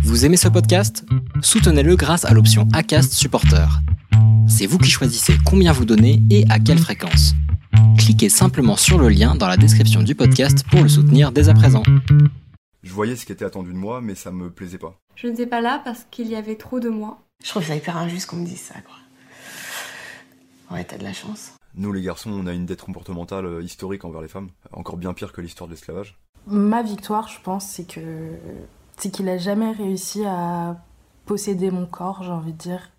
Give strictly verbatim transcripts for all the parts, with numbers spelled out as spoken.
Vous aimez ce podcast ? Soutenez-le grâce à l'option Acast Supporter. C'est vous qui choisissez combien vous donnez et à quelle fréquence. Cliquez simplement sur le lien dans la description du podcast pour le soutenir dès à présent. Je voyais ce qui était attendu de moi, mais ça me plaisait pas. Je n'étais pas là parce qu'il y avait trop de moi. Je trouve ça hyper injuste qu'on me dise ça, quoi. Ouais, t'as de la chance. Nous, les garçons, on a une dette comportementale historique envers les femmes, encore bien pire que l'histoire de l'esclavage. Ma victoire, je pense, c'est que c'est qu'il a jamais réussi à posséder mon corps, j'ai envie de dire.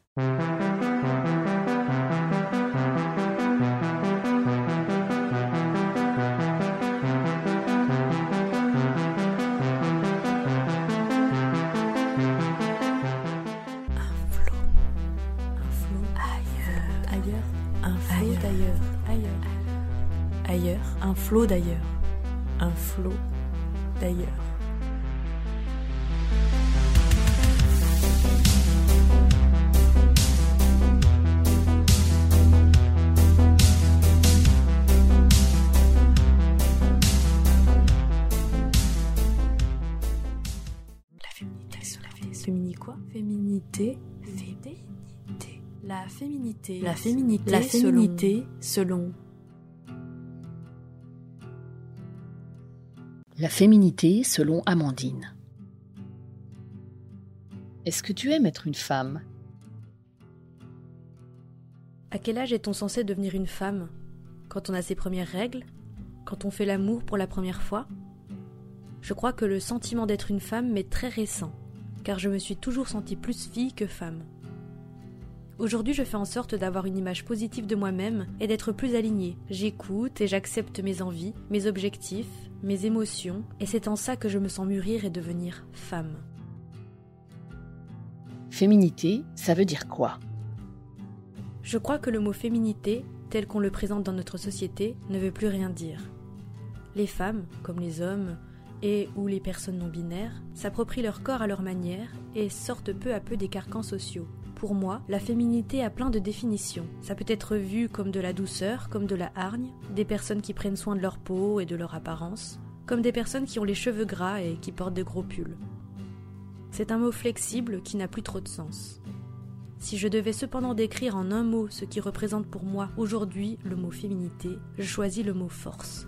Ailleurs, un flot d'ailleurs, un flot d'ailleurs. La féminité, la féminité quoi ? Féminité, féminité. La féminité, la féminité, la féminité selon. La féminité selon Amandine. Est-ce que tu aimes être une femme ? À quel âge est-on censé devenir une femme ? Quand on a ses premières règles ? Quand on fait l'amour pour la première fois ? Je crois que le sentiment d'être une femme m'est très récent, car je me suis toujours sentie plus fille que femme. Aujourd'hui, je fais en sorte d'avoir une image positive de moi-même et d'être plus alignée. J'écoute et j'accepte mes envies, mes objectifs, mes émotions, et c'est en ça que je me sens mûrir et devenir femme. Féminité, ça veut dire quoi ? Je crois que le mot féminité, tel qu'on le présente dans notre société, ne veut plus rien dire. Les femmes, comme les hommes, et ou les personnes non binaires, s'approprient leur corps à leur manière et sortent peu à peu des carcans sociaux. Pour moi, la féminité a plein de définitions. Ça peut être vu comme de la douceur, comme de la hargne, des personnes qui prennent soin de leur peau et de leur apparence, comme des personnes qui ont les cheveux gras et qui portent de gros pulls. C'est un mot flexible qui n'a plus trop de sens. Si je devais cependant décrire en un mot ce qui représente pour moi aujourd'hui le mot féminité, je choisis le mot force.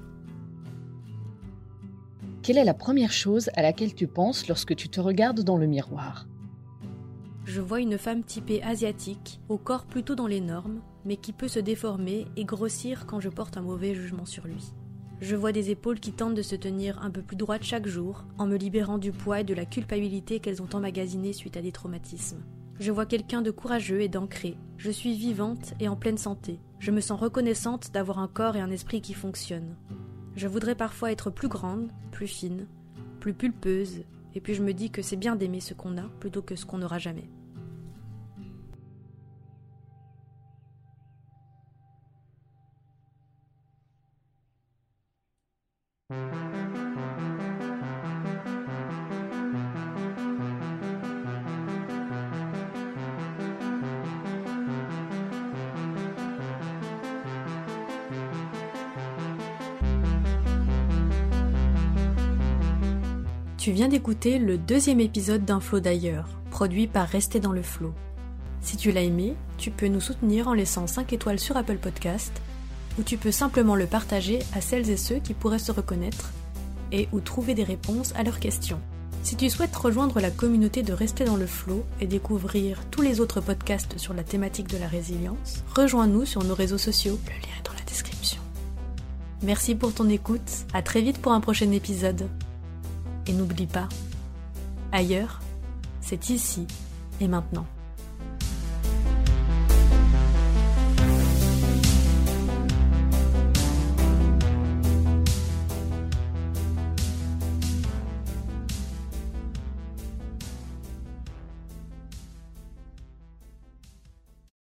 Quelle est la première chose à laquelle tu penses lorsque tu te regardes dans le miroir ? Je vois une femme typée asiatique, au corps plutôt dans les normes, mais qui peut se déformer et grossir quand je porte un mauvais jugement sur lui. Je vois des épaules qui tentent de se tenir un peu plus droites chaque jour, en me libérant du poids et de la culpabilité qu'elles ont emmagasiné suite à des traumatismes. Je vois quelqu'un de courageux et d'ancré. Je suis vivante et en pleine santé. Je me sens reconnaissante d'avoir un corps et un esprit qui fonctionnent. Je voudrais parfois être plus grande, plus fine, plus pulpeuse, et puis je me dis que c'est bien d'aimer ce qu'on a plutôt que ce qu'on n'aura jamais. Tu viens d'écouter le deuxième épisode d'Un flot d'ailleurs, produit par Rester dans le flot. Si tu l'as aimé, tu peux nous soutenir en laissant cinq étoiles sur Apple Podcast, ou tu peux simplement le partager à celles et ceux qui pourraient se reconnaître, et ou trouver des réponses à leurs questions. Si tu souhaites rejoindre la communauté de Rester dans le flot et découvrir tous les autres podcasts sur la thématique de la résilience, rejoins-nous sur nos réseaux sociaux, le lien est dans la description. Merci pour ton écoute, à très vite pour un prochain épisode. Et n'oublie pas, ailleurs, c'est ici et maintenant.